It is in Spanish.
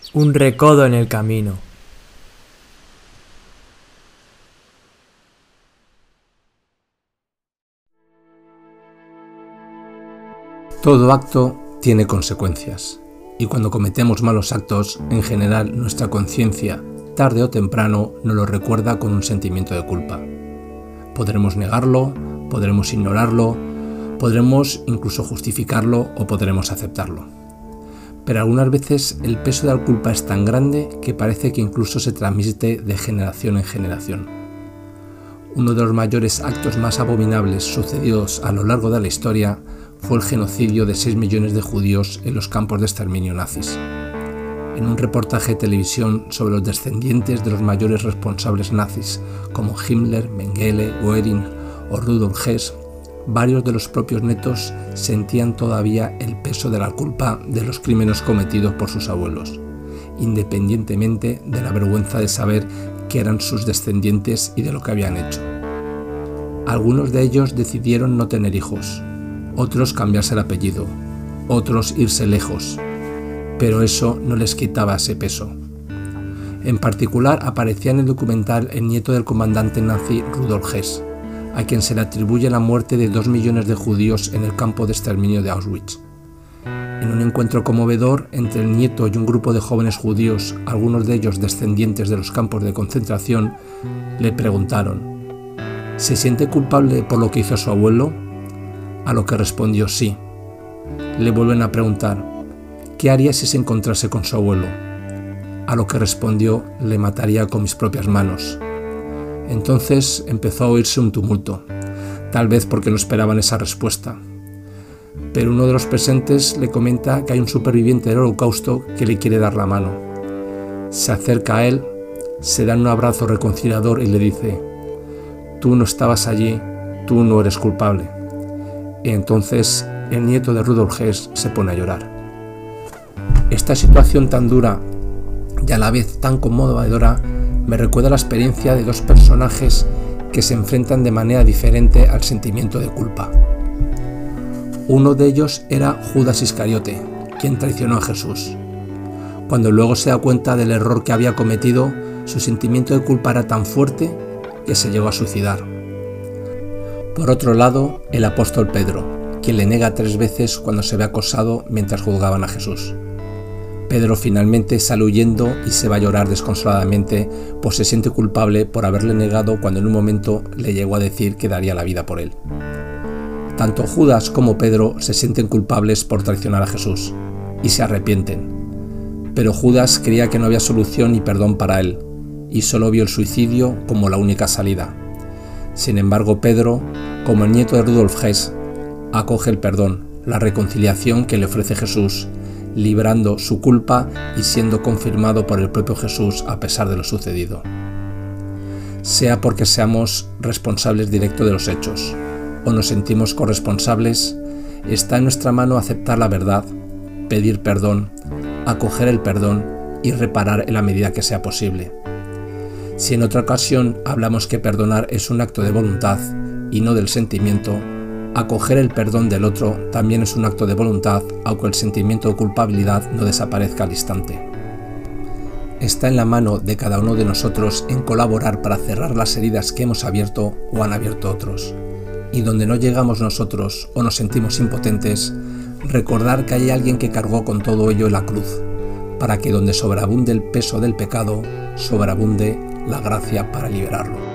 Un recodo en el camino. Todo acto tiene consecuencias, y cuando cometemos malos actos, en general nuestra conciencia, tarde o temprano, nos lo recuerda con un sentimiento de culpa. Podremos negarlo, podremos ignorarlo, podremos incluso justificarlo o podremos aceptarlo. Pero algunas veces el peso de la culpa es tan grande que parece que incluso se transmite de generación en generación. Uno de los mayores actos más abominables sucedidos a lo largo de la historia fue el genocidio de 6 millones de judíos en los campos de exterminio nazis. En un reportaje de televisión sobre los descendientes de los mayores responsables nazis, como Himmler, Mengele, Göring o Rudolf Hess, varios de los propios nietos sentían todavía el peso de la culpa de los crímenes cometidos por sus abuelos, independientemente de la vergüenza de saber que eran sus descendientes y de lo que habían hecho. Algunos de ellos decidieron no tener hijos, otros cambiarse el apellido, otros irse lejos, pero eso no les quitaba ese peso. En particular aparecía en el documental el nieto del comandante nazi Rudolf Hess, a quien se le atribuye la muerte de 2 millones de judíos en el campo de exterminio de Auschwitz. En un encuentro conmovedor entre el nieto y un grupo de jóvenes judíos, algunos de ellos descendientes de los campos de concentración, le preguntaron: ¿se siente culpable por lo que hizo su abuelo? A lo que respondió sí. Le vuelven a preguntar: ¿qué haría si se encontrase con su abuelo? A lo que respondió: le mataría con mis propias manos. Entonces empezó a oírse un tumulto, tal vez porque no esperaban esa respuesta. Pero uno de los presentes le comenta que hay un superviviente del Holocausto que le quiere dar la mano. Se acerca a él, se dan un abrazo reconciliador y le dice: tú no estabas allí, tú no eres culpable. Y entonces el nieto de Rudolf Hess se pone a llorar. Esta situación tan dura y a la vez tan conmovedora me recuerda la experiencia de dos personajes que se enfrentan de manera diferente al sentimiento de culpa. Uno de ellos era Judas Iscariote, quien traicionó a Jesús. Cuando luego se da cuenta del error que había cometido, su sentimiento de culpa era tan fuerte que se llegó a suicidar. Por otro lado, el apóstol Pedro, quien le nega 3 veces cuando se ve acosado mientras juzgaban a Jesús. Pedro finalmente sale huyendo y se va a llorar desconsoladamente, pues se siente culpable por haberle negado cuando en un momento le llegó a decir que daría la vida por él. Tanto Judas como Pedro se sienten culpables por traicionar a Jesús y se arrepienten. Pero Judas creía que no había solución ni perdón para él y solo vio el suicidio como la única salida. Sin embargo, Pedro, como el nieto de Rudolf Hess, acoge el perdón, la reconciliación que le ofrece Jesús, librando su culpa y siendo confirmado por el propio Jesús a pesar de lo sucedido. Sea porque seamos responsables directos de los hechos o nos sentimos corresponsables, está en nuestra mano aceptar la verdad, pedir perdón, acoger el perdón y reparar en la medida que sea posible. Si en otra ocasión hablamos que perdonar es un acto de voluntad y no del sentimiento, acoger el perdón del otro también es un acto de voluntad, aunque el sentimiento de culpabilidad no desaparezca al instante. Está en la mano de cada uno de nosotros en colaborar para cerrar las heridas que hemos abierto o han abierto otros. Y donde no llegamos nosotros o nos sentimos impotentes, recordar que hay alguien que cargó con todo ello en la cruz, para que donde sobreabunde el peso del pecado, sobreabunde la gracia para liberarlo.